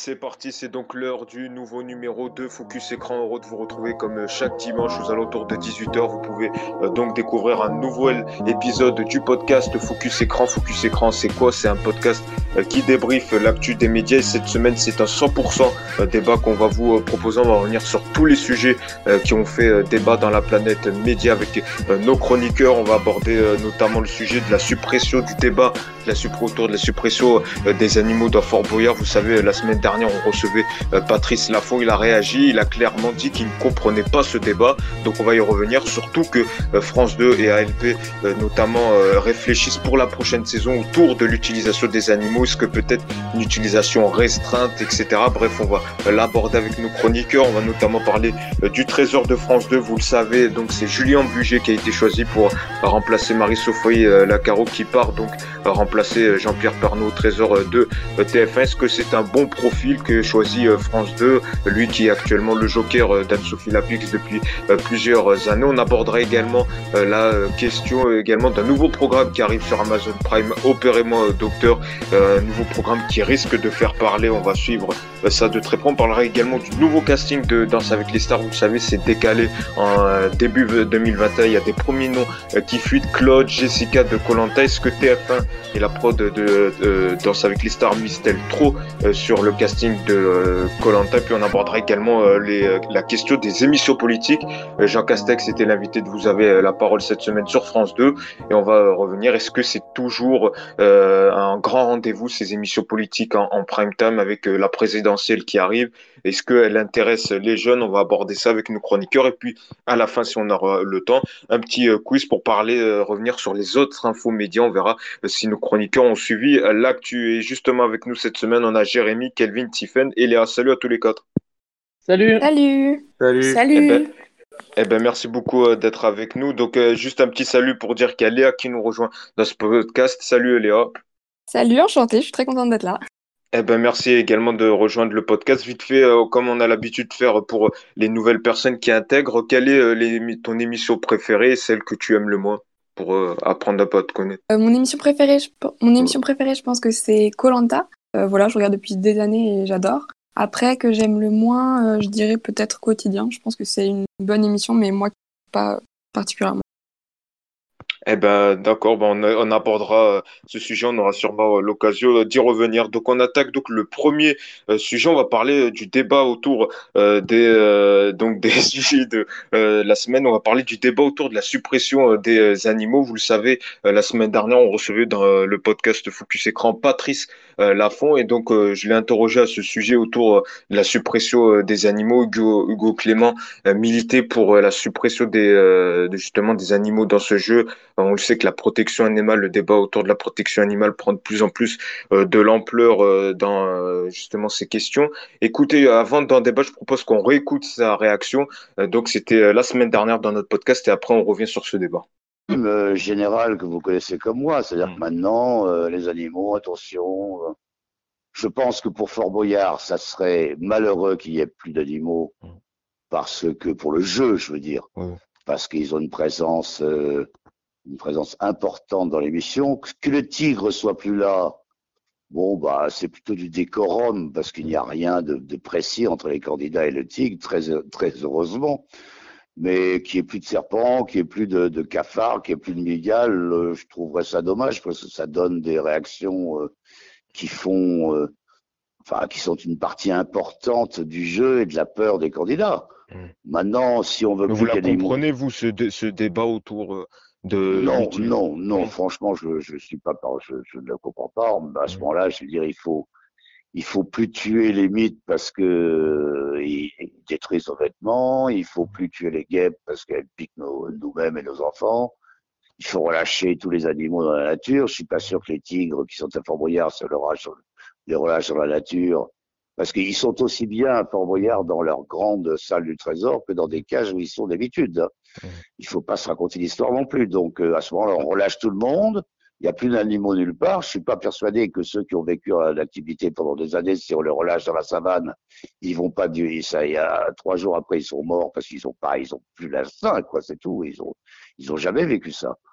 C'est parti, c'est donc l'heure du nouveau numéro de Focus Écran. Heureux de vous retrouver comme chaque dimanche aux alentours de 18h. Vous pouvez donc découvrir un nouvel épisode du podcast Focus Écran. Focus Écran, c'est quoi? C'est un podcast qui débriefe l'actu des médias. Et cette semaine, c'est un 100% débat qu'on va vous proposer. On va revenir sur tous les sujets qui ont fait débat dans la planète média avec nos chroniqueurs. On va aborder notamment le sujet de la suppression du débat autour de la suppression des animaux dans Fort Boyard. Vous savez, la semaine dernière, on recevait Patrice Laffont. Il a réagi, il a clairement dit qu'il ne comprenait pas ce débat. Donc on va y revenir, surtout que France 2 et ALP notamment réfléchissent pour la prochaine saison autour de l'utilisation des animaux. Est-ce que peut-être une utilisation restreinte, etc. Bref, on va l'aborder avec nos chroniqueurs. On va notamment parler du trésor de France 2. Vous le savez, donc c'est Julien Bugier qui a été choisi pour remplacer Marie-Sophie Lacaro qui part donc remplacer Jean-Pierre Pernaut au trésor de TF1. Est-ce que c'est un bon profil que choisit France 2, lui qui est actuellement le joker d'Anne-Sophie Lapix depuis plusieurs années? On abordera également la question également d'un nouveau programme qui arrive sur Amazon Prime, Opérez-moi Docteur, un nouveau programme qui risque de faire parler. On va suivre ça de très près. On parlera également du nouveau casting de Danse avec les stars. Vous le savez, c'est décalé en début 2021. Il y a des premiers noms qui fuitent: Claude, Jessica de koh. Est-ce que TF1 et la prod de Danse avec les stars misent-elle trop sur le casting de koh? Puis on abordera également la question des émissions politiques. Jean Castex était l'invité de Vous avez la parole cette semaine sur France 2 et on va revenir. Est-ce que c'est toujours un grand rendez-vous, ces émissions politiques en prime time avec la présidentielle qui arrive? Est-ce qu'elle intéresse les jeunes? On va aborder ça avec nos chroniqueurs. Et puis à la fin, si on aura le temps, un petit quiz pour parler, revenir sur les autres infos médias. On verra si nos chroniqueurs ont suivi l'actu. Et justement avec nous cette semaine, on a Jérémy, Kelvin, Tiffen et Léa. Salut à tous les quatre. Salut. Salut! Salut. Salut! Merci beaucoup d'être avec nous. Donc, juste un petit salut pour dire qu'il y a Léa qui nous rejoint dans ce podcast. Salut Léa. Salut, enchantée, je suis très contente d'être là. Merci également de rejoindre le podcast. Vite fait, comme on a l'habitude de faire pour les nouvelles personnes qui intègrent, quelle est ton émission préférée, celle que tu aimes le moins pour apprendre un peu à te connaître? Mon émission préférée, je pense que c'est koh. Voilà, je regarde depuis des années et j'adore. Après, que j'aime le moins, je dirais peut-être Quotidien. Je pense que c'est une bonne émission, mais moi, pas particulièrement. D'accord, on abordera ce sujet, on aura sûrement l'occasion d'y revenir. Donc, on attaque donc le premier sujet. On va parler du débat autour des sujets de la semaine. On va parler du débat autour de la suppression des animaux. Vous le savez, la semaine dernière, on recevait dans le podcast Focus Écran Patrice Laffont, et donc je l'ai interrogé à ce sujet autour de la suppression des animaux. Hugo Clément militait pour la suppression justement des animaux dans ce jeu. On le sait que la protection animale, le débat autour de la protection animale prend de plus en plus de l'ampleur dans justement ces questions. Écoutez, avant d'en débat, je propose qu'on réécoute sa réaction. Donc, c'était la semaine dernière dans notre podcast et après, on revient sur ce débat. Général que vous connaissez comme moi, c'est-à-dire que maintenant, les animaux, attention. Je pense que pour Fort Boyard, ça serait malheureux qu'il y ait plus d'animaux, parce que pour le jeu, je veux dire, parce qu'ils ont une présence importante dans l'émission. Que le tigre soit plus là, bon, bah, c'est plutôt du décorum, parce qu'il n'y a rien de précis entre les candidats et le tigre, très heureusement. Mais qu'il n'y ait plus de serpents, qu'il n'y ait plus de cafards, qu'il n'y ait plus de mygales, je trouverais ça dommage, parce que ça donne des réactions qui font, qui sont une partie importante du jeu et de la peur des candidats. Maintenant, si on veut Mais plus vous la qu'il y ait des comprenez, vous, ce débat autour de Non, franchement, je ne le comprends pas. À ce moment-là, je veux dire, il faut plus tuer les mythes parce que ils détruisent nos vêtements. Il faut plus tuer les guêpes parce qu'elles piquent nous-mêmes et nos enfants. Il faut relâcher tous les animaux dans la nature. Je suis pas sûr que les tigres qui sont à Fort Boyard les relâchent dans la nature. Parce qu'ils sont aussi bien à Fort Boyard dans leur grande salle du trésor que dans des cages où ils sont d'habitude. Il faut pas se raconter l'histoire non plus. Donc, à ce moment-là, on relâche tout le monde. Il n'y a plus d'animaux nulle part. Je suis pas persuadé que ceux qui ont vécu l'activité pendant des années, si on les relâche dans la savane, ils vont pas ça, il y a 3 jours après, ils sont morts parce qu'ils ont plus l'instinct, quoi, c'est tout. Ils ont jamais vécu ça.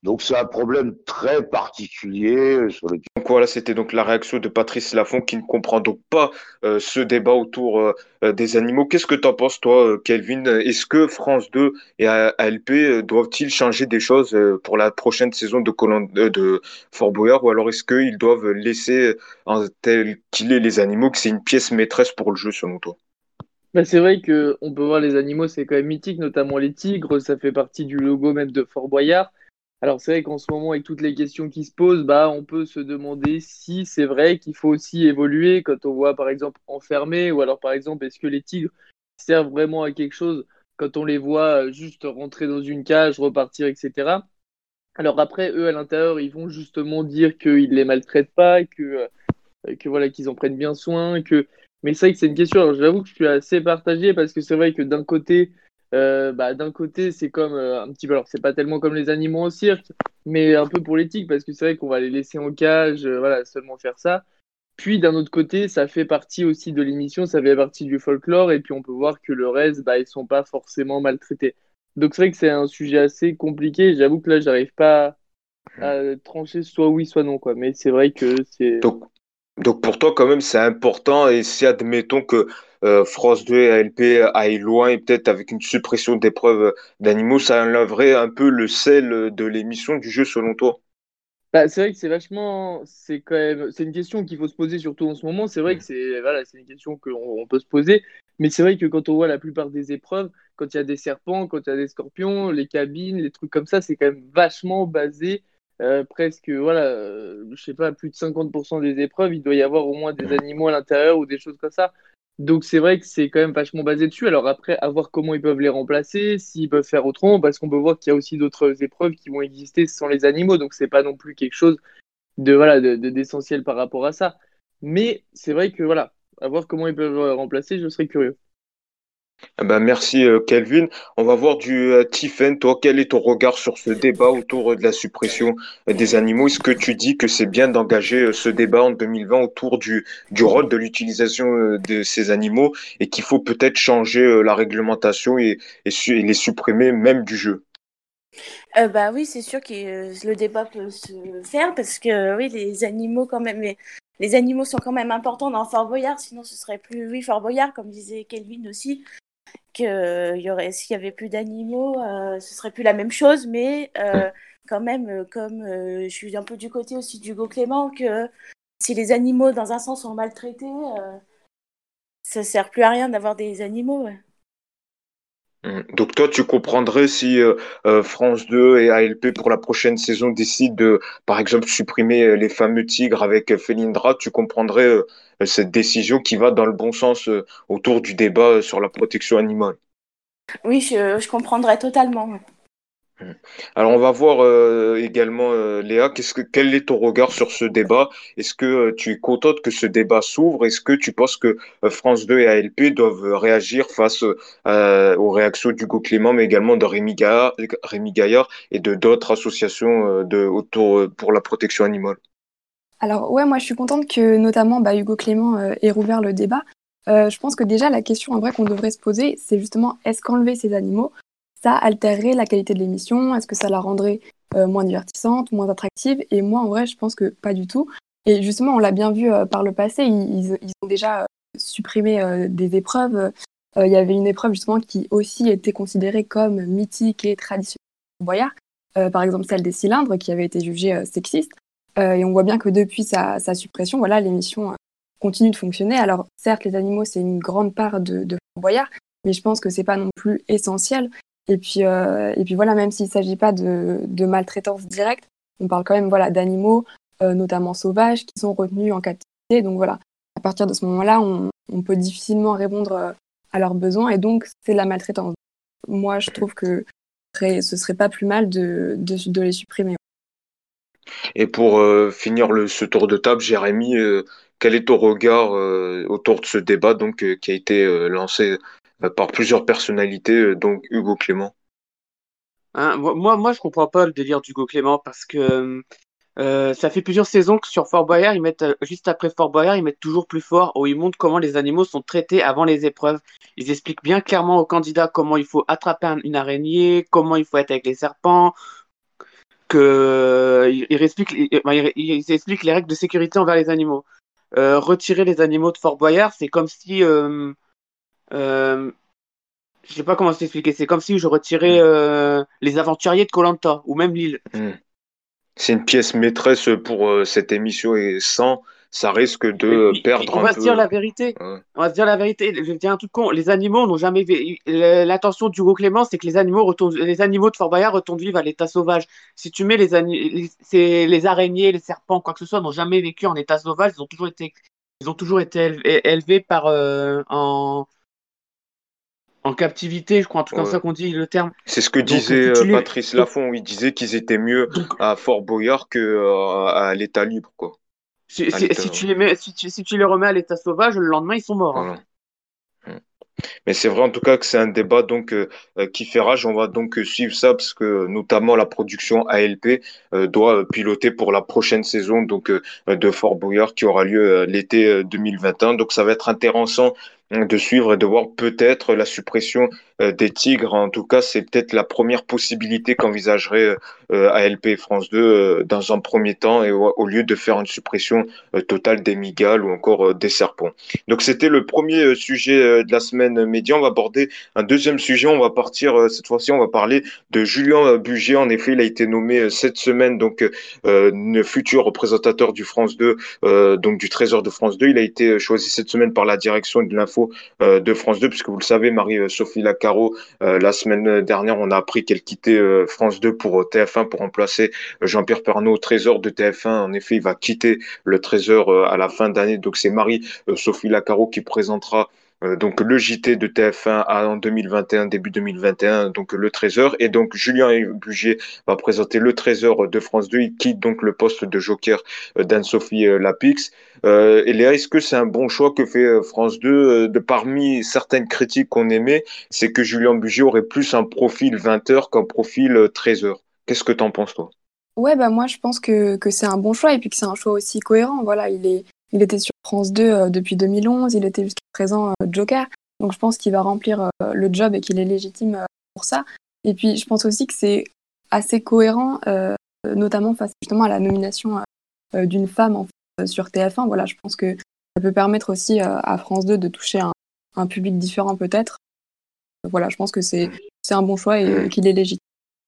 Donc c'est un problème très particulier sur lequel... Donc voilà, c'était donc la réaction de Patrice Laffont qui ne comprend donc pas ce débat autour des animaux. Qu'est-ce que tu en penses, toi, Kelvin? Est-ce que France 2 et ALP doivent-ils changer des choses pour la prochaine saison de Fort Boyard ou alors est-ce qu'ils doivent laisser tel qu'il est les animaux, que c'est une pièce maîtresse pour le jeu selon toi? Bah, c'est vrai que on peut voir les animaux, c'est quand même mythique, notamment les tigres, ça fait partie du logo même de Fort Boyard. Alors c'est vrai qu'en ce moment, avec toutes les questions qui se posent, bah, on peut se demander si c'est vrai qu'il faut aussi évoluer quand on voit par exemple enfermés, ou alors par exemple, est-ce que les tigres servent vraiment à quelque chose quand on les voit juste rentrer dans une cage, repartir, etc. Alors après, eux, à l'intérieur, ils vont justement dire qu'ils les maltraitent pas, que voilà, qu'ils en prennent bien soin, que... Mais c'est vrai que c'est une question. Alors, j'avoue que je suis assez partagé parce que c'est vrai que d'un côté, c'est comme un petit peu. Alors, c'est pas tellement comme les animaux en cirque, mais un peu pour l'éthique parce que c'est vrai qu'on va les laisser en cage, voilà, seulement faire ça. Puis d'un autre côté, ça fait partie aussi de l'émission, ça fait partie du folklore, et puis on peut voir que le reste, bah, ils sont pas forcément maltraités. Donc c'est vrai que c'est un sujet assez compliqué. J'avoue que là, j'arrive pas à trancher soit oui, soit non, quoi. Mais c'est vrai que c'est. Donc, donc pour toi, quand même, c'est important. Et si, admettons que France 2 et ALP aillent loin et peut-être avec une suppression d'épreuves d'animaux, ça enlèverait un peu le sel de l'émission du jeu, selon toi? Bah, c'est vrai que c'est vachement, c'est quand même, c'est une question qu'il faut se poser surtout en ce moment. C'est vrai que c'est, voilà, c'est une question qu'on on peut se poser, mais c'est vrai que quand on voit la plupart des épreuves, quand il y a des serpents, quand il y a des scorpions, les cabines, les trucs comme ça, c'est quand même vachement basé, presque, voilà, je sais pas, plus de 50% des épreuves, il doit y avoir au moins des animaux à l'intérieur ou des choses comme ça. Donc c'est vrai que c'est quand même vachement basé dessus. Alors après, à voir comment ils peuvent les remplacer, s'ils peuvent faire autrement, parce qu'on peut voir qu'il y a aussi d'autres épreuves qui vont exister sans les animaux, donc c'est pas non plus quelque chose de voilà d'essentiel par rapport à ça. Mais c'est vrai que voilà, à voir comment ils peuvent remplacer, je serais curieux. Eh ben, merci Kelvin. On va voir du Tiffen. Toi, quel est ton regard sur ce débat autour de la suppression des animaux? Est-ce que tu dis que c'est bien d'engager ce débat en 2020 autour du rôle de l'utilisation de ces animaux et qu'il faut peut-être changer la réglementation et les supprimer même du jeu? Bah oui, c'est sûr que le débat peut se faire parce que oui, les animaux quand même, les animaux sont quand même importants dans Fort Boyard, sinon ce serait plus, oui, Fort Boyard, comme disait Kelvin aussi, que y aurait, s'il y avait plus d'animaux, ce serait plus la même chose, mais quand même, comme je suis un peu du côté aussi d'Hugo Clément, que si les animaux dans un sens sont maltraités, ça sert plus à rien d'avoir des animaux. Ouais. Donc toi, tu comprendrais si France 2 et ALP pour la prochaine saison décident de, par exemple, supprimer les fameux tigres avec Felindra, tu comprendrais cette décision qui va dans le bon sens autour du débat sur la protection animale. Oui, je comprendrais totalement. Ouais. Mm. Alors on va voir également Léa, quel est ton regard sur ce débat? Est-ce que tu es contente que ce débat s'ouvre? Est-ce que tu penses que France 2 et ALP doivent réagir face aux réactions d'Hugo Clément, mais également de Rémi Gaillard et de d'autres associations autour pour la protection animale? Alors ouais, moi je suis contente que notamment Hugo Clément ait rouvert le débat. Je pense que déjà la question en vrai qu'on devrait se poser, c'est justement est-ce qu'enlever ces animaux, ça altérerait la qualité de l'émission? Est-ce que ça la rendrait moins divertissante, moins attractive? Et moi en vrai, je pense que pas du tout. Et justement, on l'a bien vu par le passé, ils ont déjà supprimé des épreuves. Il y avait une épreuve justement qui aussi était considérée comme mythique et traditionnelle au Boyard, par exemple celle des cylindres qui avait été jugée sexiste. Et on voit bien que depuis sa suppression, voilà, l'émission continue de fonctionner. Alors, certes, les animaux, c'est une grande part de Fort Boyard, mais je pense que c'est pas non plus essentiel. Et puis voilà, même s'il ne s'agit pas de maltraitance directe, on parle quand même voilà, d'animaux, notamment sauvages, qui sont retenus en captivité. Donc voilà, à partir de ce moment-là, on peut difficilement répondre à leurs besoins, et donc c'est de la maltraitance. Moi, je trouve que ce serait pas plus mal de les supprimer. Et pour finir ce tour de table, Jérémy, quel est ton regard autour de ce débat donc qui a été lancé par plusieurs personnalités, donc Hugo Clément? Hein, moi, je comprends pas le délire d'Hugo Clément parce que ça fait plusieurs saisons que sur Fort Boyard, ils mettent juste après Fort Boyard, ils mettent toujours plus fort où ils montrent comment les animaux sont traités avant les épreuves. Ils expliquent bien clairement aux candidats comment il faut attraper une araignée, comment il faut être avec les serpents, il explique les règles de sécurité envers les animaux. Retirer les animaux de Fort Boyard, c'est comme si je sais pas comment t'expliquer. C'est comme si je retirais les aventuriers de koh ou même l'île. C'est une pièce maîtresse pour cette émission et sans, ça risque Et de puis, perdre on un va se dire peu. la vérité. Ouais. On va se dire la vérité. Je vais te dire un truc con. Les animaux n'ont jamais l'intention d'Hugo Clément, c'est que les animaux de Fort Boyard retournent vivre à l'état sauvage. Si tu mets les araignées, les serpents, quoi que ce soit, n'ont jamais vécu en état sauvage. Ils ont toujours été élevés en captivité, je crois, un truc comme Ouais. ça qu'on dit le terme. C'est ce que Donc, disait si tu les... Patrice Laffont. Il disait qu'ils étaient mieux donc, à Fort Boyard que à l'état libre, quoi. À l'état, si tu les mets, si tu les remets à l'état sauvage, le lendemain, ils sont morts. Hein. voilà. Mais c'est vrai en tout cas que c'est un débat donc qui fait rage. On va donc suivre ça parce que notamment la production ALP doit piloter pour la prochaine saison donc de Fort Boyard qui aura lieu l'été 2021. Donc ça va être intéressant de suivre et de voir peut-être la suppression des tigres. En tout cas, c'est peut-être la première possibilité qu'envisagerait ALP et France 2 dans un premier temps et au lieu de faire une suppression totale des migales ou encore des serpents. Donc c'était le premier sujet de la semaine média. On va aborder un deuxième sujet. On va partir cette fois-ci. On va parler de Julien Bugier. En effet, il a été nommé cette semaine donc futur représentateur du France 2, donc du Trésor de France 2. Il a été choisi cette semaine par la direction de l'info de France 2, puisque vous le savez, Marie-Sophie Lacaro, la semaine dernière, on a appris qu'elle quittait France 2 pour TF1 pour remplacer Jean-Pierre Pernaut au Trésor de TF1. En effet, il va quitter le Trésor à la fin d'année. Donc c'est Marie-Sophie Lacaro qui présentera donc le JT de TF1 en 2021, début 2021, donc le Trésor. Et donc Julien Bugier va présenter le Trésor de France 2. Il quitte donc le poste de joker d'Anne-Sophie Lapix. Et Léa, est-ce que c'est un bon choix que fait France 2 de parmi certaines critiques qu'on aimait, c'est que Julien Bugier aurait plus un profil 20h qu'un profil Trésor. Qu'est-ce que t'en penses, toi? Ouais, bah moi je pense que c'est un bon choix et puis que c'est un choix aussi cohérent. Voilà, il était sur France 2 depuis 2011, il était jusqu'à présent Joker. Donc je pense qu'il va remplir le job et qu'il est légitime pour ça. Et puis je pense aussi que c'est assez cohérent, notamment face justement à la nomination d'une femme en fait, sur TF1. Voilà, je pense que ça peut permettre aussi à France 2 de toucher un public différent peut-être. Voilà, je pense que c'est un bon choix et qu'il est légitime.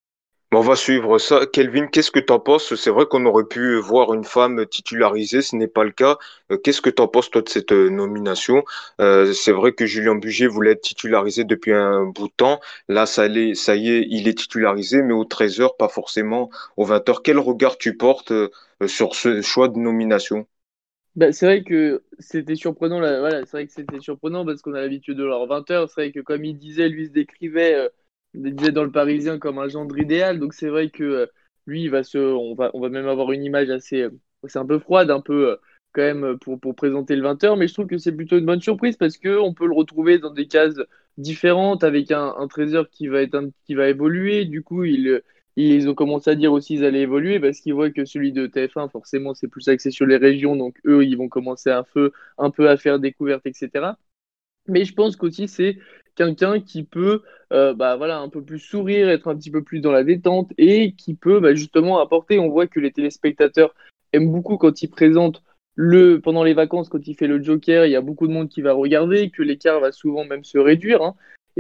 On va suivre ça. Kelvin, qu'est-ce que t'en penses? C'est vrai qu'on aurait pu voir une femme titularisée, ce n'est pas le cas. Qu'est-ce que t'en penses, toi, de cette nomination? C'est vrai que Julien Bugier voulait être titularisé depuis un bout de temps. Là, ça y est, il est titularisé, mais aux 13h, pas forcément aux 20h. Quel regard tu portes sur ce choix de nomination? Bah, c'est vrai que c'était surprenant, là, voilà, c'est vrai que c'était surprenant parce qu'on a l'habitude de leur 20h. C'est vrai que comme il disait, lui se décrivait, il disait dans le Parisien comme un gendre idéal. Donc c'est vrai que lui, on va même avoir une image assez, c'est un peu froide, un peu quand même pour présenter le 20h. Mais je trouve que c'est plutôt une bonne surprise parce que on peut le retrouver dans des cases différentes avec un trésor qui va évoluer. Du coup, ils ont commencé à dire aussi qu'ils allaient évoluer parce qu'ils voient que celui de TF1, forcément, c'est plus axé sur les régions. Donc, eux, ils vont commencer un peu à faire découverte, etc. Mais je pense qu'aussi, c'est quelqu'un qui peut bah, voilà, un peu plus sourire, être un petit peu plus dans la détente et qui peut bah, justement apporter. On voit que les téléspectateurs aiment beaucoup quand il présente pendant les vacances, quand il fait le Joker, il y a beaucoup de monde qui va regarder, que l'écart va souvent même se réduire. Hein.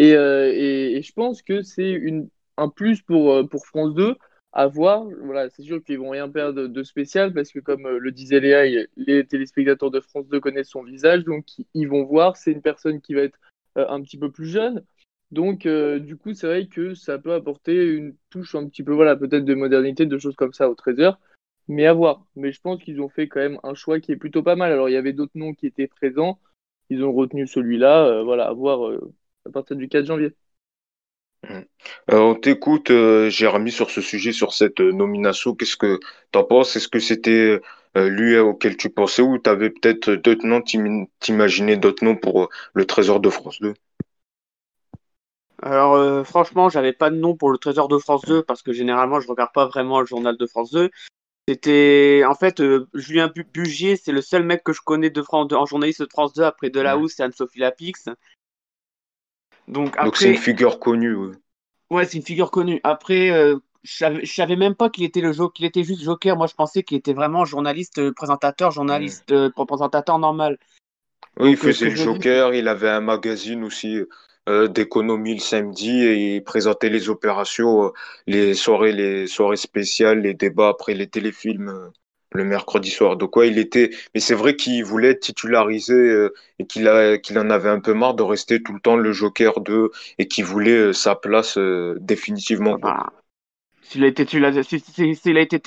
Et je pense que c'est un plus pour France 2 à voir. Voilà, c'est sûr qu'ils vont rien perdre de spécial parce que, comme le disait Léa, les téléspectateurs de France 2 connaissent son visage, donc ils vont voir. C'est une personne qui va être un petit peu plus jeune. Donc, du coup, c'est vrai que ça peut apporter une touche un petit peu, voilà, peut-être de modernité, de choses comme ça au Trésor. Mais à voir. Mais je pense qu'ils ont fait quand même un choix qui est plutôt pas mal. Alors, il y avait d'autres noms qui étaient présents. Ils ont retenu celui-là. Voilà, à voir à partir du 4 janvier. On t'écoute, Jérémy, sur ce sujet, sur cette nomination. Qu'est-ce que t'en penses? Est-ce que c'était lui auquel tu pensais ou t'avais peut-être d'autres noms, t'imaginais d'autres noms pour le Trésor de France 2? Alors, franchement, j'avais pas de nom pour le Trésor de France 2 parce que généralement, je regarde pas vraiment le journal de France 2. C'était, en fait, Julien Bugier, c'est le seul mec que je connais de France 2, en journaliste de France 2 après Delahousse et Anne-Sophie Lapix. Donc Donc c'est une après, figure connue. Ouais. ouais, c'est une figure connue. Après, je savais même pas qu'il était juste joker. Moi, je pensais qu'il était vraiment journaliste, présentateur, Mm. présentateur normal. Oui, il Donc, ce faisait que le je me dis, Joker, il avait un magazine aussi d'économie le samedi et il présentait les opérations, les soirées spéciales, les débats après les téléfilms le mercredi soir. Donc ouais, il était, mais c'est vrai qu'il voulait être titularisé et qu'il en avait un peu marre de rester tout le temps le Joker 2 et qu'il voulait sa place définitivement quoi. bah, s'il a été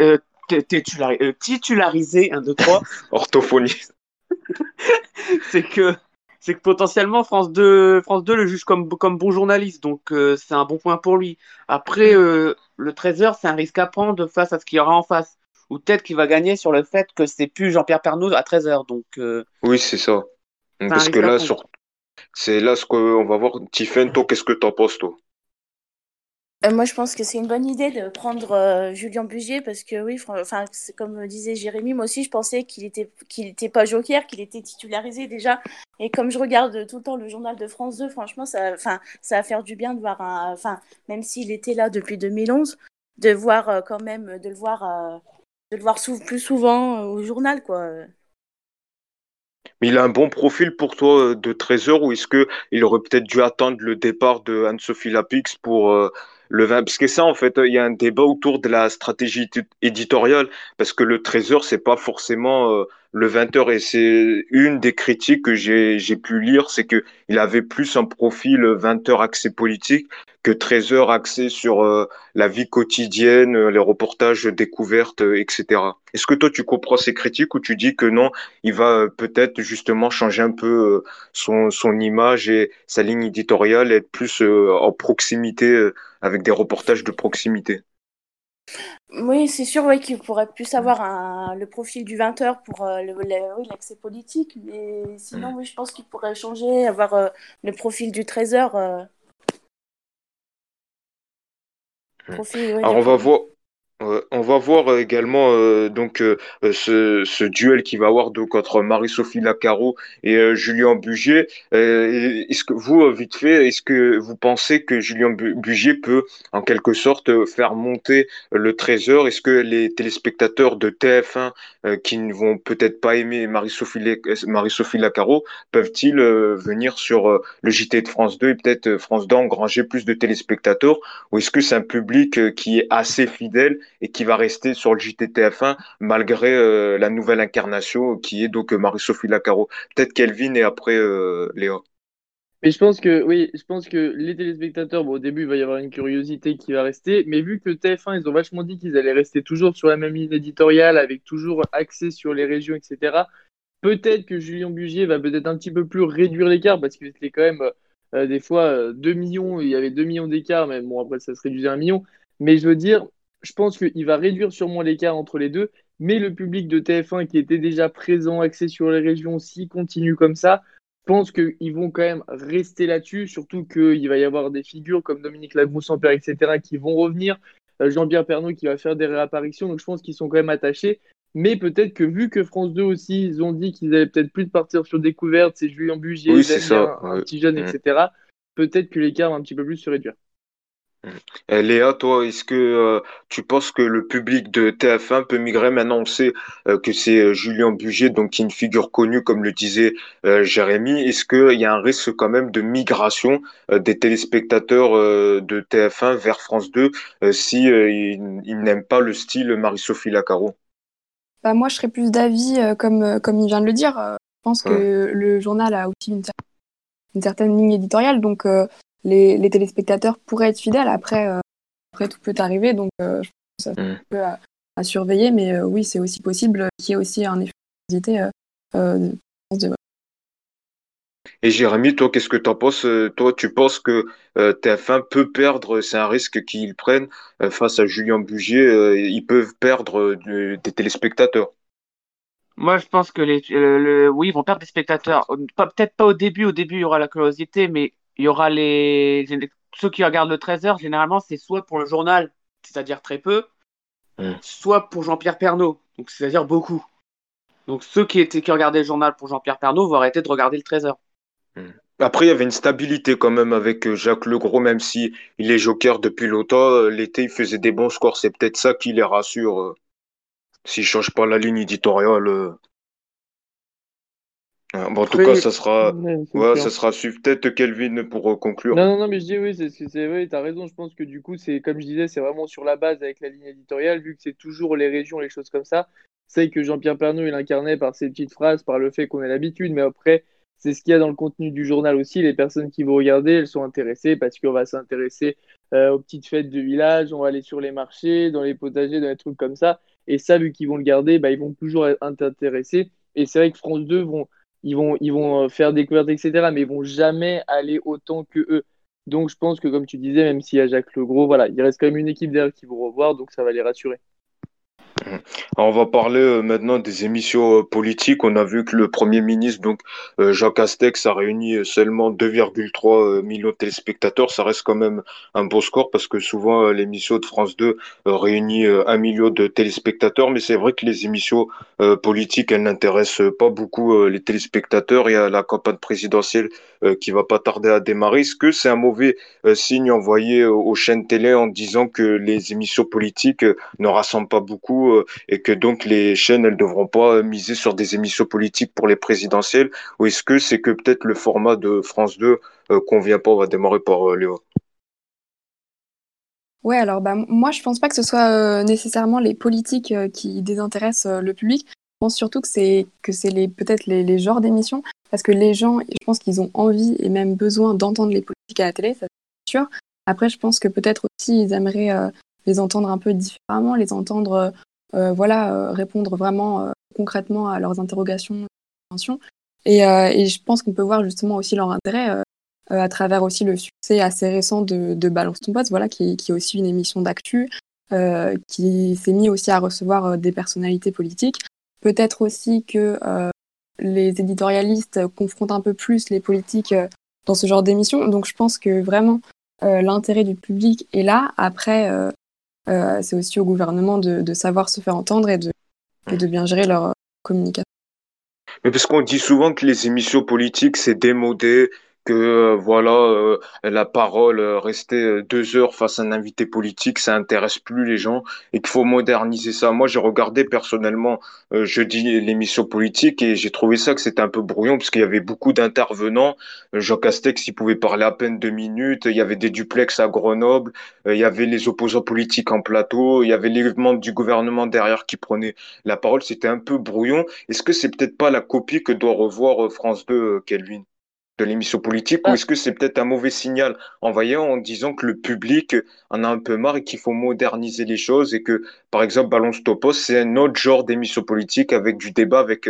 titularisé, 1, 2, 3, Orthophonie. c'est que, c'est que potentiellement France 2 le juge comme bon journaliste, donc c'est un bon point pour lui. Après, le 13h, c'est un risque à prendre face à ce qu'il y aura en face. Ou peut-être qu'il va gagner sur le fait que c'est plus Jean-Pierre Pernaut à 13h, donc Oui, c'est ça. c'est un Parce que risque à là, prendre. c'est là ce qu'on va voir. Tiffen, toi, qu'est-ce que t'en penses, toi? Moi, je pense que c'est une bonne idée de prendre Julien Bugier parce que oui, enfin, c'est comme disait Jérémy, moi aussi, je pensais qu'il était pas joker, qu'il était titularisé déjà. Et comme je regarde tout le temps le journal de France 2, franchement, ça va faire du bien de voir enfin, même s'il était là depuis 2011, de voir quand même, de le voir plus souvent au journal, quoi. Mais il a un bon profil pour toi de trésor ou est-ce que il aurait peut-être dû attendre le départ de Anne-Sophie Lapix pour le 20? Parce que ça, en fait, il y a un débat autour de la stratégie éditoriale parce que le trésor, c'est pas forcément le 20h et c'est une des critiques que j'ai pu lire, c'est que il avait plus un profil 20h axé politique que trésor axé sur la vie quotidienne, les reportages découvertes, etc. Est-ce que toi, tu comprends ces critiques ou tu dis que non? Il va peut-être justement changer un peu son image et sa ligne éditoriale, être plus en proximité avec des reportages de proximité. Oui, c'est sûr ouais, qu'il pourrait plus avoir le profil du 20h pour oui, l'accès politique, mais sinon, Mm. oui, je pense qu'il pourrait changer, avoir le profil du 13h. Mm. Profil, ouais, Alors on va voir également donc ce duel qui va avoir donc entre Marie-Sophie Lacaro et Julien Bugier. Est-ce que vous, vite fait, est-ce que vous pensez que Julien Bugier peut en quelque sorte faire monter le trésor? Est-ce que les téléspectateurs de TF1 qui ne vont peut-être pas aimer Marie-Sophie Lacaro peuvent-ils venir sur le JT de France 2 et peut-être France 2 engranger plus de téléspectateurs? Ou est-ce que c'est un public qui est assez fidèle et qui va rester sur le JTTF1 malgré la nouvelle incarnation qui est donc Marie-Sophie Lacaro? Peut-être Kelvin et après Léa. Mais je pense que, oui, je pense que les téléspectateurs, bon, au début, il va y avoir une curiosité qui va rester, mais vu que TF1, ils ont vachement dit qu'ils allaient rester toujours sur la même ligne éditoriale, avec toujours axé sur les régions, etc., peut-être que Julien Bugier va peut-être un petit peu plus réduire l'écart, parce que c'était quand même des fois 2 millions, il y avait 2 millions d'écart, mais bon, après, ça se réduisait à 1 million. Mais je veux dire, je pense qu'il va réduire sûrement l'écart entre les deux, mais le public de TF1 qui était déjà présent, axé sur les régions, s'il continue comme ça, je pense qu'ils vont quand même rester là-dessus, surtout qu'il va y avoir des figures comme Dominique Lagrousse-Ampère, etc., qui vont revenir, Jean-Pierre Pernaut qui va faire des réapparitions, donc je pense qu'ils sont quand même attachés. Mais peut-être que vu que France 2 aussi, ils ont dit qu'ils allaient peut-être plus partir sur découverte, c'est Julien Bugier, Oui, ils c'est aiment ça. bien un petit jeune, Mm. etc. Peut-être que l'écart va un petit peu plus se réduire. Mm. Léa, toi, est-ce que tu penses que le public de TF1 peut migrer? Maintenant, on sait que c'est Julien Bugier, donc qui est une figure connue, comme le disait Jérémy. Est-ce qu'il y a un risque quand même de migration des téléspectateurs de TF1 vers France 2 si ils n'aiment pas le style Marie-Sophie Lacaro? Bah, moi, je serais plus d'avis, comme il vient de le dire. Je pense Ouais. que le journal a aussi une certaine ligne éditoriale, donc les téléspectateurs pourraient être fidèles. Après tout peut arriver, donc je pense que ça c'est Mm. un peu à surveiller, mais oui, c'est aussi possible qu'il y ait aussi un effet de curiosité, de- Et Jérémy, toi, qu'est-ce que tu en penses? Toi, tu penses que TF1 peut perdre, c'est un risque qu'ils prennent face à Julien Bugier, ils peuvent perdre des téléspectateurs. Moi, je pense que oui, ils vont perdre des spectateurs. Peut-être pas au début, il y aura la curiosité, mais il y aura ceux qui regardent le 13h, généralement, c'est soit pour le journal, c'est-à-dire très peu, Mm. soit pour Jean-Pierre Pernaut, donc c'est-à-dire beaucoup. Donc ceux qui regardaient le journal pour Jean-Pierre Pernaut vont arrêter de regarder le 13h. Mm. Après, il y avait une stabilité quand même avec Jacques Legros, même si il est joker depuis longtemps. L'été, il faisait des bons scores. C'est peut-être ça qui les rassure. S'il change pas la ligne éditoriale. Bon, en tout cas, Oui, ça sera, ouais, c'est ouais, ça sûr. sera suivre. Peut-être Kelvin pour conclure. Non, non, non, mais je dis oui, c'est vrai, t'as raison. Je pense que du coup, c'est comme je disais, c'est vraiment sur la base avec la ligne éditoriale, vu que c'est toujours les régions, les choses comme ça. C'est que Jean-Pierre Pernaut, il incarnait par ses petites phrases, par le fait qu'on ait l'habitude, mais après, c'est ce qu'il y a dans le contenu du journal aussi. Les personnes qui vont regarder, elles sont intéressées parce qu'on va s'intéresser aux petites fêtes de village, on va aller sur les marchés, dans les potagers, dans les trucs comme ça. Et ça, vu qu'ils vont le garder, bah, ils vont toujours être intéressés. Et c'est vrai que France 2 ils vont faire découverte, etc. Mais ils vont jamais aller autant que eux. Donc je pense que comme tu disais, même s'il y a Jacques Legros, voilà, il reste quand même une équipe derrière qui vont revoir, donc ça va les rassurer. Mhm. Alors, on va parler maintenant des émissions politiques. On a vu que le Premier ministre, donc Jean Castex, a réuni seulement 2,3 millions de téléspectateurs. Ça reste quand même un beau score parce que souvent l'émission de France 2 réunit 1 million de téléspectateurs. Mais c'est vrai que les émissions politiques, elles n'intéressent pas beaucoup les téléspectateurs. Il y a la campagne présidentielle qui va pas tarder à démarrer. Est-ce que c'est un mauvais signe envoyé aux chaînes télé en disant que les émissions politiques ne rassemble pas beaucoup et que donc les chaînes elles devront pas miser sur des émissions politiques pour les présidentielles ou est-ce que c'est que peut-être le format de France 2 convient pas? On va démarrer par Léo. Ouais, alors bah, moi je pense pas que ce soit nécessairement les politiques qui désintéressent le public. Je pense surtout que c'est peut-être les genres d'émissions parce que les gens, je pense qu'ils ont envie et même besoin d'entendre les politiques à la télé, ça c'est sûr. Après, je pense que peut-être aussi ils aimeraient les entendre un peu différemment, les entendre voilà répondre vraiment concrètement à leurs interrogations, intentions. Et je pense qu'on peut voir justement aussi leur intérêt. À travers aussi le succès assez récent de Balance ton poste, voilà, qui est aussi une émission d'actu, qui s'est mis aussi à recevoir des personnalités politiques. Peut-être aussi que les éditorialistes confrontent un peu plus les politiques dans ce genre d'émission. Donc je pense que vraiment l'intérêt du public est là. Après, c'est aussi au gouvernement de savoir se faire entendre et de bien gérer leur communication. Mais parce qu'on dit souvent que les émissions politiques, c'est démodé, que voilà, la parole, rester 2 heures face à un invité politique, ça intéresse plus les gens et qu'il faut moderniser ça. Moi, j'ai regardé personnellement jeudi l'émission politique et j'ai trouvé ça que c'était un peu brouillon parce qu'il y avait beaucoup d'intervenants. Jean Castex, il pouvait parler à peine 2 minutes. Il y avait des duplex à Grenoble. Il y avait les opposants politiques en plateau. Il y avait les membres du gouvernement derrière qui prenaient la parole. C'était un peu brouillon. Est-ce que c'est peut-être pas la copie que doit revoir France 2, Kelvin, de l'émission politique, ou Ah, est-ce que c'est peut-être un mauvais signal envoyé en disant que le public en a un peu marre et qu'il faut moderniser les choses et que, par exemple, Balance Topos, c'est un autre genre d'émission politique avec du débat, avec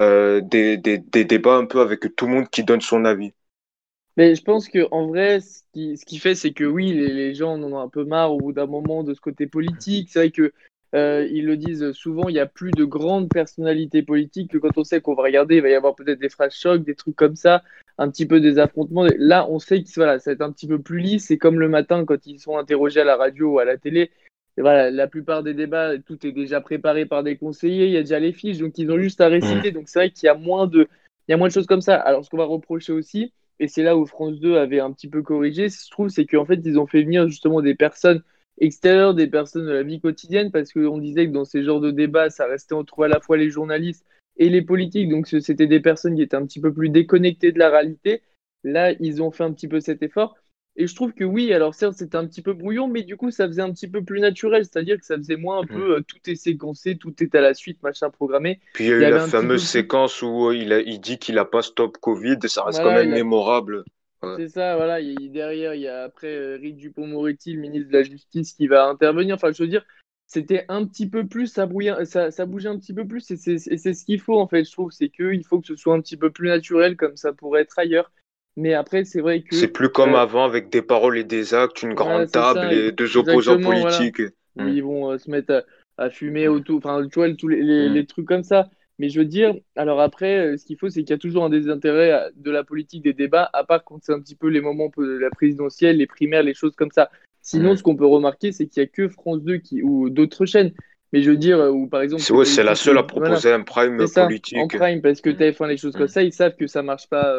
des débats un peu avec tout le monde qui donne son avis. mais je pense que en vrai, ce qui fait, c'est que oui, les gens en ont un peu marre au bout d'un moment de ce côté politique. C'est vrai que ils le disent souvent, il n'y a plus de grandes personnalités politiques que quand on sait qu'on va regarder, il va y avoir peut-être des phrases chocs, des trucs comme ça, un petit peu des affrontements. Là, on sait que voilà, ça va être un petit peu plus lisse. C'est comme le matin quand ils sont interrogés à la radio ou à la télé. Et voilà, la plupart des débats, tout est déjà préparé par des conseillers, il y a déjà les fiches, donc ils ont juste à Mhm. réciter. Donc c'est vrai qu'il y a moins de choses comme ça. Alors ce qu'on va reprocher aussi, et c'est là où France 2 avait un petit peu corrigé, je trouve, c'est qu'en fait, ils ont fait venir justement des personnes extérieures, des personnes de la vie quotidienne, parce qu'on disait que dans ces genres de débats, ça restait entre à la fois les journalistes et les politiques, donc c'était des personnes qui étaient un petit peu plus déconnectées de la réalité. Là, ils ont fait un petit peu cet effort. Et je trouve que oui, alors certes, c'était un petit peu brouillon, mais du coup, ça faisait un petit peu plus naturel, c'est-à-dire que ça faisait moins un Mhm. peu tout est séquencé, tout est à la suite, machin programmé. Puis il y a Il y eu la avait un petit fameuse peu plus. séquence où il dit qu'il a pas stop Covid, et ça reste quand Voilà, même mémorable. Ouais. c'est ça, voilà. Derrière, il y a après Éric Dupond-Moretti, le ministre de la Justice, qui va intervenir. Enfin, je veux dire, c'était un petit peu plus, ça bougeait un petit peu plus, et c'est ce qu'il faut, en fait, je trouve. C'est qu'il faut que ce soit un petit peu plus naturel, comme ça pourrait être ailleurs. Mais après, c'est vrai C'est que. plus comme euh, avant avec des paroles et des actes, une voilà, grande c'est table ça, et deux opposants exactement, voilà. politiques. Où Hmm, ils vont se mettre à fumer hmm, autour, enfin, tu vois, tous les, hmm. les trucs comme ça. Mais je veux dire, alors après, ce qu'il faut, c'est qu'il y a toujours un désintérêt de la politique, des débats, à part quand c'est un petit peu les moments de la présidentielle, les primaires, les choses comme ça. Sinon, Hmm. ce qu'on peut remarquer, c'est qu'il n'y a que France 2 ou d'autres chaînes. Mais je veux dire, où par exemple C'est les ouais, c'est la politiques, seule à voilà, proposer un c'est prime ça, en politique. prime, parce que Hmm, TF1, les choses comme hmm, ça, ils savent que ça marche pas hmm.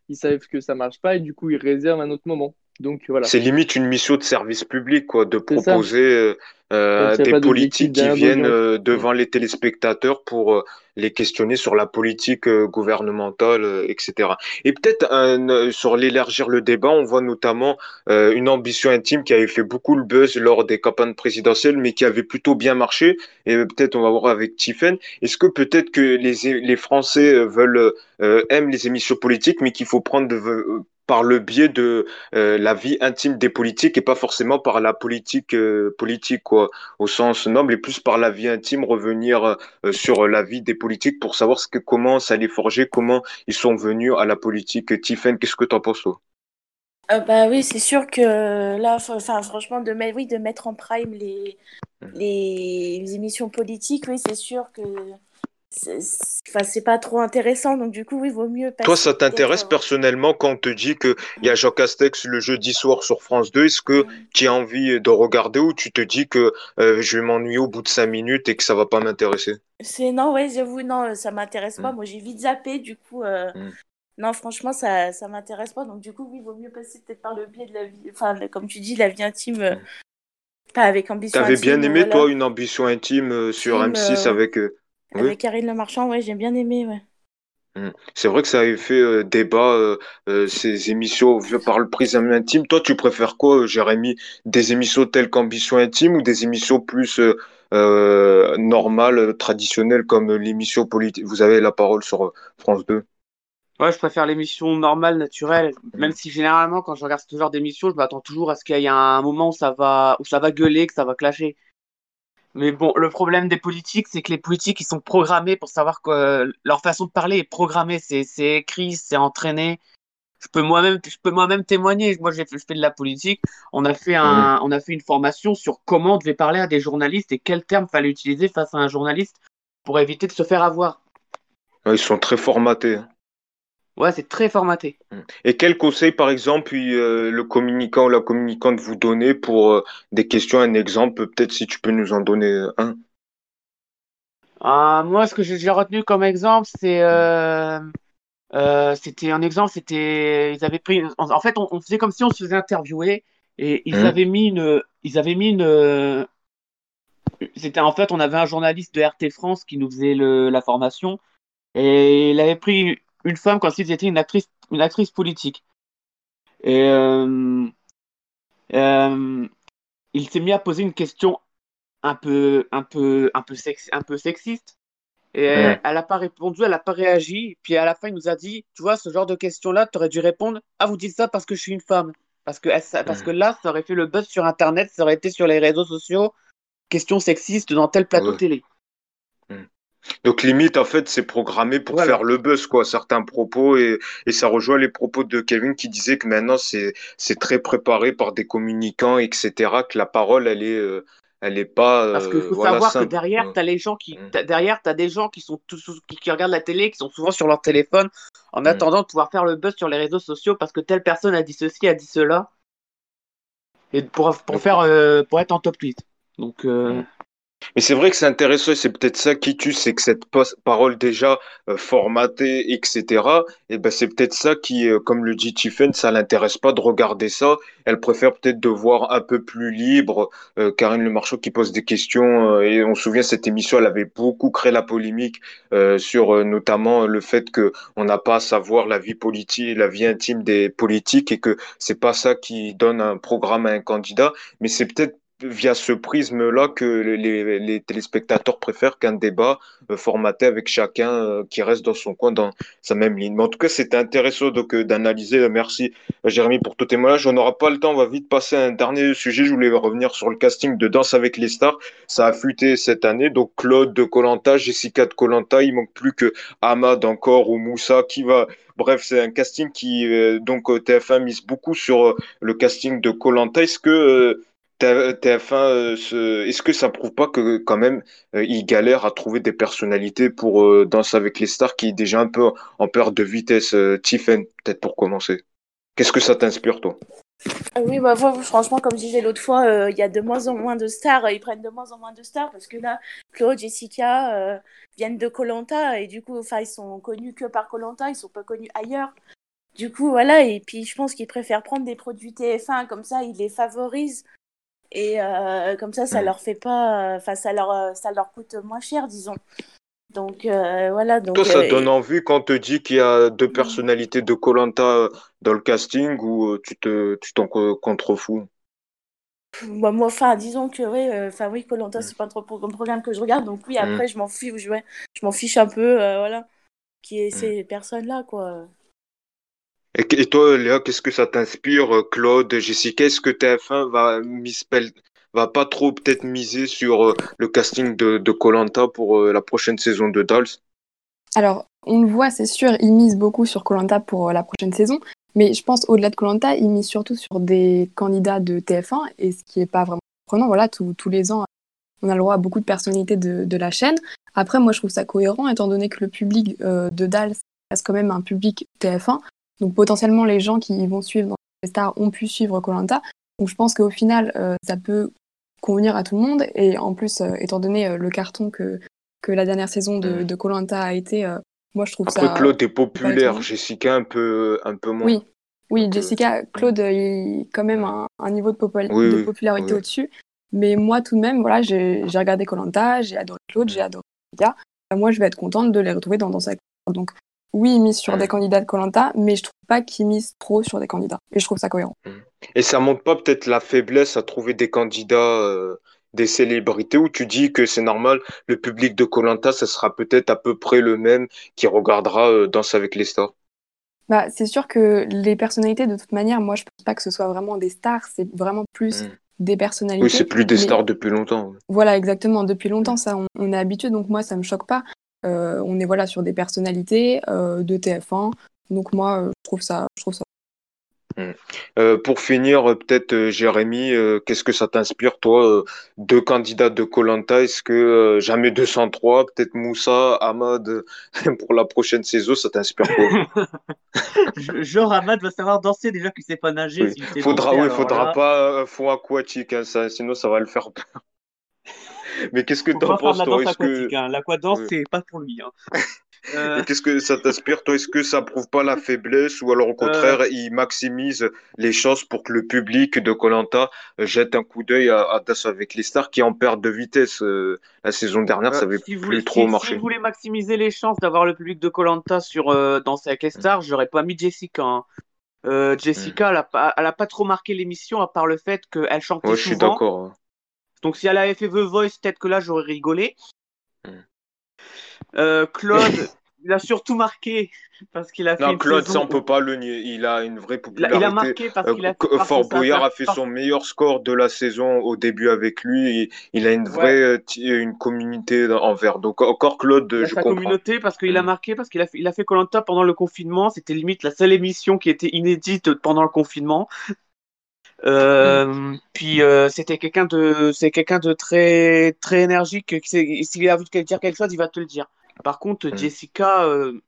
ils savent que ça marche pas et du coup, ils réservent un autre moment. Donc voilà, C'est limite une mission de service public, quoi, de c'est ça. proposer Même s'il n'y a des pas d'objectif politiques qui derrière viennent d'audience. devant les téléspectateurs pour les questionner sur la politique gouvernementale, etc. Et peut-être sur l'élargir le débat, on voit notamment une ambition intime qui avait fait beaucoup le buzz lors des campagnes présidentielles, mais qui avait plutôt bien marché. Et peut-être on va voir avec Tiffen. Est-ce que peut-être que les Français aiment les émissions politiques, mais qu'il faut prendre par le biais de la vie intime des politiques et pas forcément par la politique quoi, au sens noble et plus par la vie intime revenir sur la vie des politiques pour savoir comment ça les forger, comment ils sont venus à la politique. Tiffen, qu'est-ce que t'en penses toi? Bah oui, c'est sûr que là, enfin, franchement, de mettre en prime les émissions politiques, oui, c'est sûr que enfin, c'est pas trop intéressant. Donc, du coup, oui, il vaut mieux Toi, passer ça peut-être. t'intéresse personnellement quand on te dit qu'il y a Jean Castex le jeudi soir sur France 2? Est-ce que tu as envie de regarder ou tu te dis que je vais m'ennuyer au bout de 5 minutes et que ça va pas m'intéresser? Non, ouais, j'avoue, non, ça m'intéresse pas. Hmm, Moi, j'ai vite zappé, du coup, hmm, non, franchement, ça m'intéresse pas. Donc, du coup, oui, il vaut mieux passer peut-être par le biais de la vie, enfin, comme tu dis, la vie intime, hmm. pas avec ambition T'avais bien intime, aimé, voilà. toi, une ambition intime sur Intime, M6 avec... Oui. avec Karine Le Marchand, ouais, j'ai bien aimé, ouais. C'est vrai que ça avait fait débat, ces émissions vues par le prisme intime. Toi, tu préfères quoi, Jérémy? Des émissions telles qu'Ambition intime ou des émissions plus normales, traditionnelles comme l'émission politique? Vous avez la parole sur France 2. Ouais, je préfère l'émission normale, naturelle, même Mm. si généralement, quand je regarde ce genre d'émission, je m'attends toujours à ce qu'il y ait un moment où ça va gueuler, que ça va clasher. Mais bon, le problème des politiques, c'est que les politiques, ils sont programmés pour savoir que leur façon de parler est programmée, c'est écrit, c'est entraîné. Je peux moi-même témoigner. Moi, je fais de la politique. Mm. On a fait une formation sur comment on devait parler à des journalistes et quels termes fallait utiliser face à un journaliste pour éviter de se faire avoir. Ouais, ils sont très formatés. Ouais, c'est très formaté. Et quel conseil, par exemple, le communicant ou la communicante vous donnez pour des questions, un exemple, peut-être si tu peux nous en donner un. Moi, ce que j'ai retenu comme exemple, Mm. c'était un exemple, ils avaient pris, en fait, on faisait comme si on se faisait interviewer et Mm. ils avaient mis c'était en fait, on avait un journaliste de RT France qui nous faisait la formation et il avait pris une femme comme si c'était une actrice politique. Et euh, il s'est mis à poser une question un peu sexiste. Et Mm. elle n'a pas répondu, elle n'a pas réagi. Puis à la fin, il nous a dit, tu vois, ce genre de question-là, tu aurais dû répondre, ah, vous dites ça parce que je suis une femme. Parce que Mm. là, ça aurait fait le buzz sur Internet, ça aurait été sur les réseaux sociaux, question sexiste dans tel plateau Ouais. télé. Mm. Donc limite, en fait, c'est programmé pour faire Voilà. le buzz, quoi, certains propos, et ça rejoint les propos de Kevin qui disait que maintenant c'est très préparé par des communicants, etc., que la parole, elle est pas, Parce qu'il faut voilà, savoir que simple. derrière, Ouais. Mm. derrière, t'as des gens qui sont qui regardent la télé, qui sont souvent sur leur téléphone, en Mm. attendant de pouvoir faire le buzz sur les réseaux sociaux parce que telle personne a dit ceci, a dit cela, et Donc, pour être en top 8. Donc, mm. Mais c'est vrai que c'est intéressant et c'est peut-être ça qui tue, c'est que cette parole déjà formatée, etc., et ben c'est peut-être ça qui, comme le dit Tiffen, ça l'intéresse pas de regarder ça. Elle préfère peut-être de voir un peu plus libre Karine Le Marchand qui pose des questions. Et on se souvient, cette émission, elle avait beaucoup créé la polémique sur notamment le fait que on n'a pas à savoir la vie politique, la vie intime des politiques et que c'est pas ça qui donne un programme à un candidat. Mais c'est peut-être via ce prisme-là que les téléspectateurs préfèrent qu'un débat formaté avec chacun qui reste dans son coin, dans sa même ligne. Mais en tout cas, c'était intéressant donc d'analyser. Merci Jérémy pour ton témoignage. On n'aura pas le temps, on va vite passer à un dernier sujet. Je voulais revenir sur le casting de Danse avec les stars. Ça a fuité cette année. Donc Claude de koh Jessica de koh il manque plus que Ahmad encore ou Moussa qui va. Bref, c'est un casting qui donc TF1 mise beaucoup sur le casting de koh Est-ce que TF1, est-ce que ça prouve pas que quand même ils galèrent à trouver des personnalités pour Danser avec les stars qui est déjà un peu en perte de vitesse, Tiffen, peut-être pour commencer. Qu'est-ce que ça t'inspire toi? Oui, bah, franchement, comme je disais l'autre fois, il y a de moins en moins de stars, ils prennent de moins en moins de stars parce que là, Claude, Jessica viennent de koh et du coup, enfin, ils sont connus que par koh ils sont pas connus ailleurs. Du coup, voilà, et puis je pense qu'ils préfèrent prendre des produits TF1, comme ça, ils les favorisent. Et comme ça leur fait pas, enfin, ça leur coûte moins cher, disons. Donc voilà, Toi, donc ça te donne envie quand on te dit qu'il y a deux personnalités de koh dans le casting ou tu t'en contrefous? bah, moi, enfin, disons que enfin oui, koh c'est pas trop un programme que je regarde, donc oui, Mm, après, je m'en fiche un peu, voilà, qui est mm. ces personnes-là, quoi. Et toi, Léa, qu'est-ce que ça t'inspire, Claude, Jessica? Est-ce que TF1 va pas trop peut-être miser sur le casting de koh pour la prochaine saison de Dolls? Alors, on le voit, c'est sûr, ils misent beaucoup sur koh pour la prochaine saison, mais je pense au-delà de koh ils misent surtout sur des candidats de TF1, et ce qui est pas vraiment prenant, voilà, tous les ans, on a le droit à beaucoup de personnalités de la chaîne. Après, moi, je trouve ça cohérent, étant donné que le public de Dals reste quand même un public TF1. Donc, potentiellement, les gens qui vont suivre dans les stars ont pu suivre koh. Donc, je pense qu'au final, ça peut convenir à tout le monde. Et en plus, étant donné le carton que la dernière saison de koh a été, moi, je trouve Après, ça Claude est pas populaire, étonnant. Jessica un peu moins. Oui, oui, Donc, Jessica, mm, Claude, il a quand même mm. un niveau Oui, de oui, popularité oui. au-dessus. Mais moi, tout de même, voilà, j'ai regardé koh j'ai adoré Claude, j'ai Mm, adoré Jessica. Moi, je vais être contente de les retrouver dans Danse avec les stars. Donc, oui, ils misent sur des mm, candidats de koh mais je trouve pas qu'ils misent trop sur des candidats. Et je trouve ça cohérent. mm. Et ça montre pas peut-être la faiblesse à trouver des candidats, des célébrités, où tu dis que c'est normal, le public de koh ça sera peut-être à peu près le même qui regardera Danse avec les stars. Bah, c'est sûr que les personnalités, de toute manière, moi, je pense pas que ce soit vraiment des stars, c'est vraiment plus Mm. des Oui, c'est personnalités. plus des Mais stars depuis longtemps. voilà, exactement. Depuis longtemps, Mm. ça, on est habitué, donc moi, ça me choque pas. On est voilà sur des personnalités de TF1, donc moi, je trouve ça. Mm. Pour finir, peut-être Jérémy, qu'est-ce que ça t'inspire, toi, deux candidats de koh est-ce que jamais 203, peut-être Moussa, Ahmad, pour la prochaine saison, ça t'inspire quoi? Genre, Ahmad va savoir danser déjà qu'il sait pas nager. Oui, S'il sait danser, oui, alors faudra là, pas fond aquatique, hein, ça, sinon ça va le faire. Mais qu'est-ce que faut t'en pas faire de penses, la toi? danse Est-ce que aquatique. Hein. L'aquadance, oui. c'est pas pour lui. Hein. Et Euh, qu'est-ce que ça t'inspire, toi? Est-ce que ça prouve pas la faiblesse ou alors au euh, contraire, il maximise les chances pour que le public de koh jette un coup d'œil à Das avec les stars qui en perdent de vitesse. La saison dernière, ça avait plus trop si je marché. voulais maximiser les chances d'avoir le public de koh sur Danser avec les Mm, stars, j'aurais pas mis Jessica. Hein. mm. Jessica, elle a pas trop marqué l'émission à part le fait qu'elle chantait Ouais, je suis souvent. d'accord. Donc si elle avait fait The Voice, peut-être que là j'aurais rigolé. Mm. Claude, il a surtout marqué parce qu'il a fait Non, une Claude, ça, saison on peut où pas le nier. Il a une vraie il a popularité. marqué parce qu'il a fait parce que Fort ça, Boyard a fait son meilleur score de la saison au début avec lui. Et il a une ouais, vraie une communauté envers. Donc, encore Claude, il a je sa comprends. communauté parce qu'il a Mm, marqué parce qu'il a fait koh pendant le confinement. C'était limite la seule émission qui était inédite pendant le confinement. mm, Puis c'est quelqu'un de très très énergique. S'il a envie de dire quelque chose, il va te le dire. Par contre, mm. Jessica,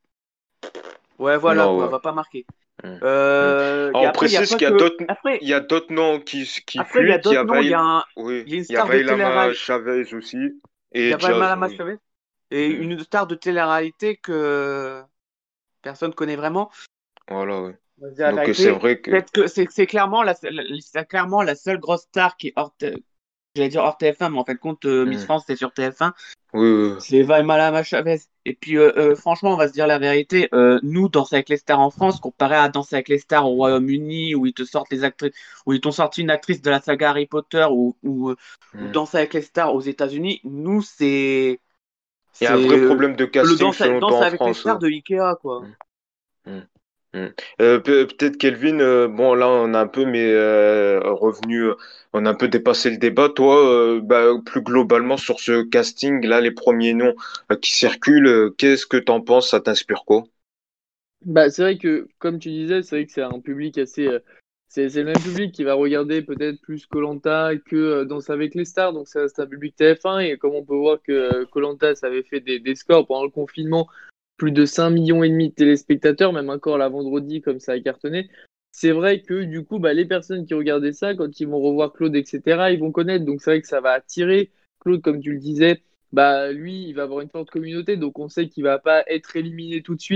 ouais, voilà Non, quoi, ouais. va pas marquer. Mm, mm. Alors, on Après, il y a précise pas qu'il y a que il y a d'autres noms qui après il y a fuitent. d'autres noms. Oui, Il y a une il y a star de Vailama télé-réalité. Chavez aussi Il y et a Jazz, Malama oui. Chavez et Mm, une star de télé-réalité que personne connaît vraiment. voilà, oui. On va se dire la Donc, c'est vérité. vrai que. Peut-être que c'est clairement c'est clairement la seule grosse star qui est j'allais dire hors TF1, mais en fait compte Miss Mm, France c'est sur TF1. oui, oui, oui. C'est Eva et Malama Chavez. Et puis franchement, on va se dire la vérité. Nous, Danser avec les stars en France, comparé à Danser avec les stars au Royaume-Uni, où ils te sortent les actrices, où ils t'ont sorti une actrice de la saga Harry Potter, ou Mm. Danser avec les stars aux États-Unis, nous Il y a un c'est vrai problème de le casting selon toi Danse en avec les France. stars de Ikea, quoi. Mm, mm. Mm. Peut-être Kelvin, bon là on a un peu revenu, on a un peu dépassé le débat. Toi, plus globalement sur ce casting, là les premiers noms qui circulent, qu'est-ce que t'en penses? Ça t'inspire quoi? Bah, c'est vrai que, comme tu disais, c'est vrai que c'est un public assez. C'est le même public qui va regarder peut-être plus koh que Danse avec les stars. Donc, ça reste un public TF1. Et comme on peut voir que koh ça avait fait des scores pendant le confinement, plus de 5,5 millions de téléspectateurs, même encore la vendredi, comme ça a cartonné. C'est vrai que du coup, bah, les personnes qui regardaient ça, quand ils vont revoir Claude, etc., ils vont connaître. Donc, c'est vrai que ça va attirer. Claude, comme tu le disais, bah, lui, il va avoir une forte communauté. Donc, on sait qu'il va pas être éliminé tout de suite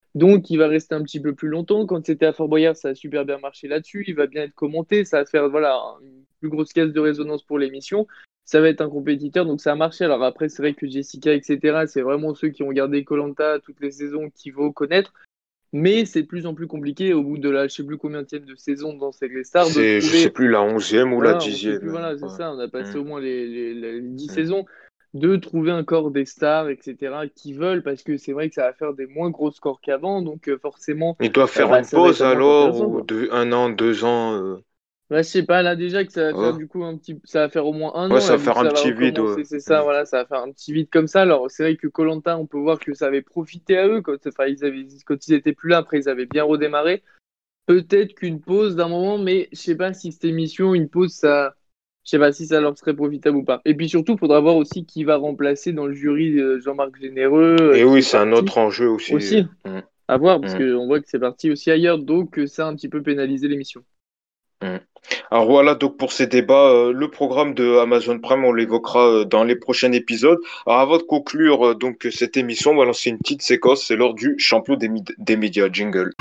Donc, il va rester un petit peu plus longtemps. Quand c'était à Fort Boyard, ça a super bien marché là-dessus. Il va bien être commenté. Ça va faire une plus grosse caisse de résonance pour l'émission. Ça va être un compétiteur, donc ça a marché. Alors après, c'est vrai que Jessica, etc., c'est vraiment ceux qui ont regardé koh-Lanta toutes les saisons qu'il faut connaître. Mais c'est de plus en plus compliqué au bout de la, je sais plus combien de saison dans Sacré Star, de Je trouver. sais plus, la 11e ou la Voilà, on sait 10e. plus, voilà, c'est Ouais. ça. On a passé au moins les 10 saisons de trouver encore des stars, etc., qui veulent, parce que c'est vrai que ça va faire des moins gros scores qu'avant, donc forcément, Il doit faire une ça va être pause un manque alors, intéressant, ou quoi. de 1 an, 2 ans. Bah, je sais pas, là déjà que ça va faire Oh. du coup ça va faire au moins un Ouais, an, ça là, va vu que faire un ça va petit vide. recommencer, c'est ça, voilà, ça va faire un petit vide comme ça. Alors c'est vrai que koh-Lanta, on peut voir que ça avait profité à eux, quand ils étaient plus là, après ils avaient bien redémarré. Peut-être qu'une pause d'un moment, mais je sais pas si cette émission, une pause, ça, je sais pas si ça leur serait profitable ou pas. Et puis surtout, il faudra voir aussi qui va remplacer dans le jury Jean-Marc Généreux, Et qui oui, est c'est un parti autre enjeu aussi. aussi. À voir, parce Mm. qu'on voit que c'est parti aussi ailleurs, donc ça a un petit peu pénalisé l'émission. Alors voilà, donc pour ces débats, le programme de Amazon Prime, on l'évoquera dans les prochains épisodes. Alors avant de conclure donc cette émission, on va lancer une petite séquence, c'est l'heure du champion des médias, jingle.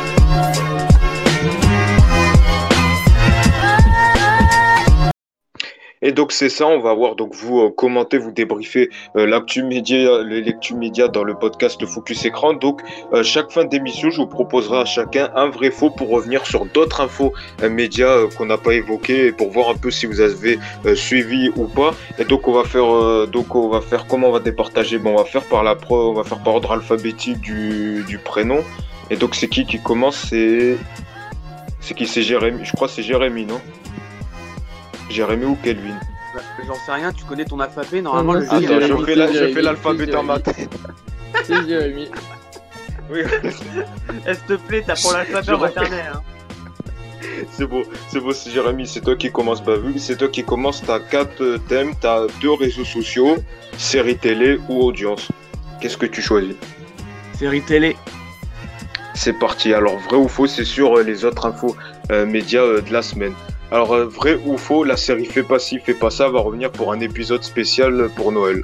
Et donc c'est ça, on va voir donc vous commenter, vous débriefer l'actu média dans le podcast Focus Écran. Donc chaque fin d'émission, je vous proposerai à chacun un vrai faux pour revenir sur d'autres infos médias qu'on n'a pas évoquées et pour voir un peu si vous avez suivi ou pas. Et donc on va faire comment on va départager. Bon, on va faire par ordre alphabétique du prénom. Et donc c'est qui commence? C'est Jérémy. Je crois que c'est Jérémy, non? Jérémy ou Kelvin? Bah, j'en sais rien, tu connais ton alphabet, normalement Non, le c'est jeu, il est Jérémy. Attends, je Jérémy, fais l'alphabet c'est dans ma Jérémy. tête. C'est Jérémy. Oui, S'il te plaît, t'as pour l'alphabet Je maternel. Hein. c'est beau, c'est Jérémy, c'est toi qui commence. Bah, vu que c'est toi qui commence, t'as 4 thèmes, t'as 2 réseaux sociaux, série télé ou audience. Qu'est-ce que tu choisis? Série télé. C'est parti. Alors, vrai ou faux, c'est sur les autres infos médias de la semaine. Alors, vrai ou faux, la série Fais pas ci, fais pas ça va revenir pour un épisode spécial pour Noël.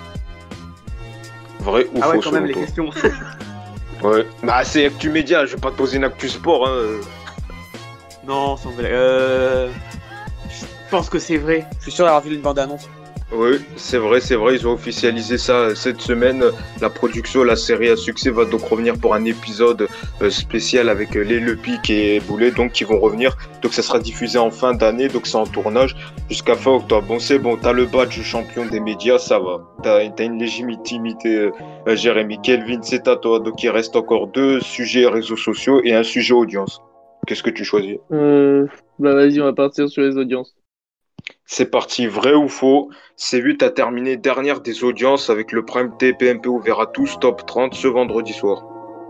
Vrai ou Ah ouais, faux, quand même, selon les toi? questions. Ouais. Bah, c'est actu média, je vais pas te poser une actu sport, hein. Non, sans blague. Je pense que c'est vrai. Je suis sûr d'avoir vu une bande-annonce. Oui, c'est vrai, ils ont officialisé ça cette semaine. La production, la série à succès va donc revenir pour un épisode spécial avec les Le Pic et Boulet, donc qui vont revenir. Donc ça sera diffusé en fin d'année, donc c'est en tournage jusqu'à fin octobre. Bon, c'est bon, t'as le badge champion des médias, ça va. T'as une légitimité, Jérémy. Kelvin, c'est à toi. Donc il reste encore 2 sujets réseaux sociaux et un sujet audience. Qu'est-ce que tu choisis? Bah vas-y, on va partir sur les audiences. C'est parti, vrai ou faux? C8 a terminé dernière des audiences avec le Prime TPMP ouvert à tous, top 30 ce vendredi soir.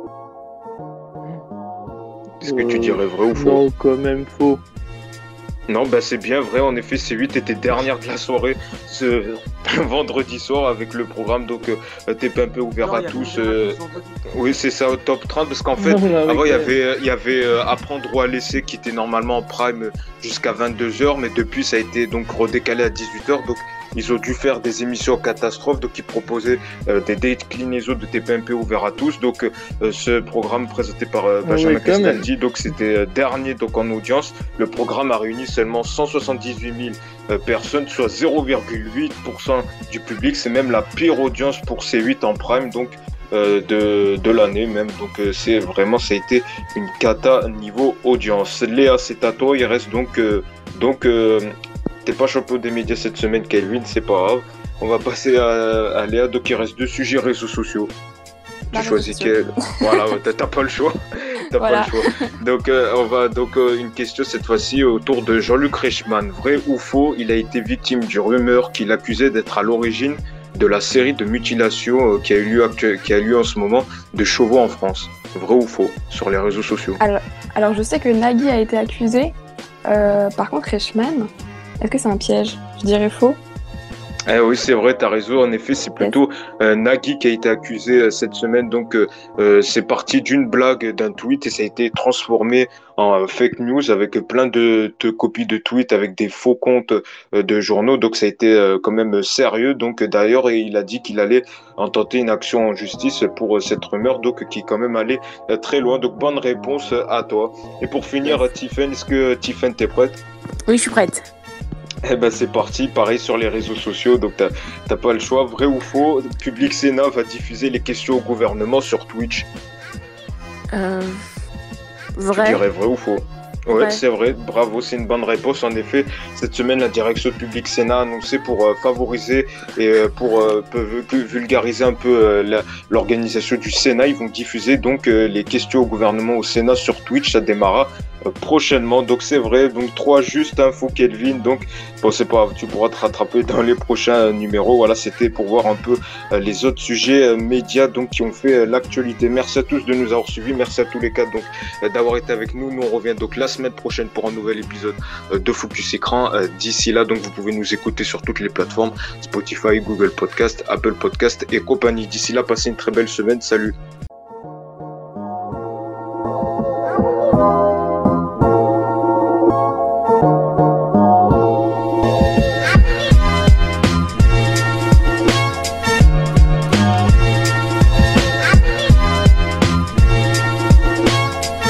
Est-ce que tu dirais vrai ou faux? Non, quand même faux. Non, bah c'est bien vrai, en effet, C8 était dernière de la soirée ce vendredi soir avec le programme donc TPMP ouvert à tous. Oui, c'est ça, au top 30, parce qu'en fait, avant il y avait Apprendre ou à laisser qui était normalement en prime jusqu'à 22h, mais depuis ça a été donc redécalé à 18h, donc ils ont dû faire des émissions catastrophes, donc ils proposaient des déclinaisons de TPMP ouverts à tous, donc ce programme présenté par Benjamin Castaldi, donc c'était dernier donc en audience. Le programme a réuni seulement 178 000 personnes, soit 0,8% du public. C'est même la pire audience pour C8 en prime, donc de l'année même. Donc c'est vraiment, ça a été une cata niveau audience. Léa, c'est à toi. Il reste donc t'es pas champion des médias cette semaine, Kelvin, c'est pas grave. On va passer à Léa. Donc il reste 2 sujets réseaux sociaux. Tu choisis quel? Voilà, t'as pas le choix. T'as Voilà. pas le choix. Donc on va une question cette fois-ci autour de Jean-Luc Reichmann. Vrai ou faux, il a été victime d'une rumeur qu'il accusait d'être à l'origine de la série de mutilations qui a eu lieu en ce moment de chevaux en France. Vrai ou faux sur les réseaux sociaux? Alors je sais que Nagui a été accusé. Par contre, Reichmann, est-ce que c'est un piège? Je dirais faux. Oui, c'est vrai, t'as raison. En effet, c'est plutôt Nagui qui a été accusé cette semaine. Donc, c'est parti d'une blague, d'un tweet, et ça a été transformé en fake news avec plein de copies de tweets avec des faux comptes de journaux. Donc, ça a été quand même sérieux. Donc, d'ailleurs, il a dit qu'il allait intenter une action en justice pour cette rumeur, donc qui est quand même allée très loin. Donc, bonne réponse à toi. Et pour finir, Tiffen, est-ce que Tiffen, t'es prête? Oui, je suis prête. Eh ben c'est parti, pareil sur les réseaux sociaux, donc t'as pas le choix, vrai ou faux, Public Sénat va diffuser les questions au gouvernement sur Twitch. Tu Vrai. dirais vrai ou faux? Ouais, Vrai. c'est vrai, bravo, c'est une bonne réponse. En effet, cette semaine, la direction de Public Sénat a annoncé pour favoriser et pour vulgariser un peu l'organisation du Sénat, ils vont diffuser donc les questions au gouvernement au Sénat sur Twitch, ça démarrera prochainement, donc c'est vrai. Donc 3 justes infos, Kelvin, donc bon, c'est pas grave, tu pourras te rattraper dans les prochains numéros. Voilà, c'était pour voir un peu les autres sujets médias donc qui ont fait l'actualité. Merci à tous de nous avoir suivis, merci à tous les quatre donc d'avoir été avec nous. Nous on revient donc la semaine prochaine pour un nouvel épisode de Focus Écran. D'ici là, donc vous pouvez nous écouter sur toutes les plateformes, Spotify, Google Podcast, Apple Podcast et compagnie. D'ici là, passez une très belle semaine, salut.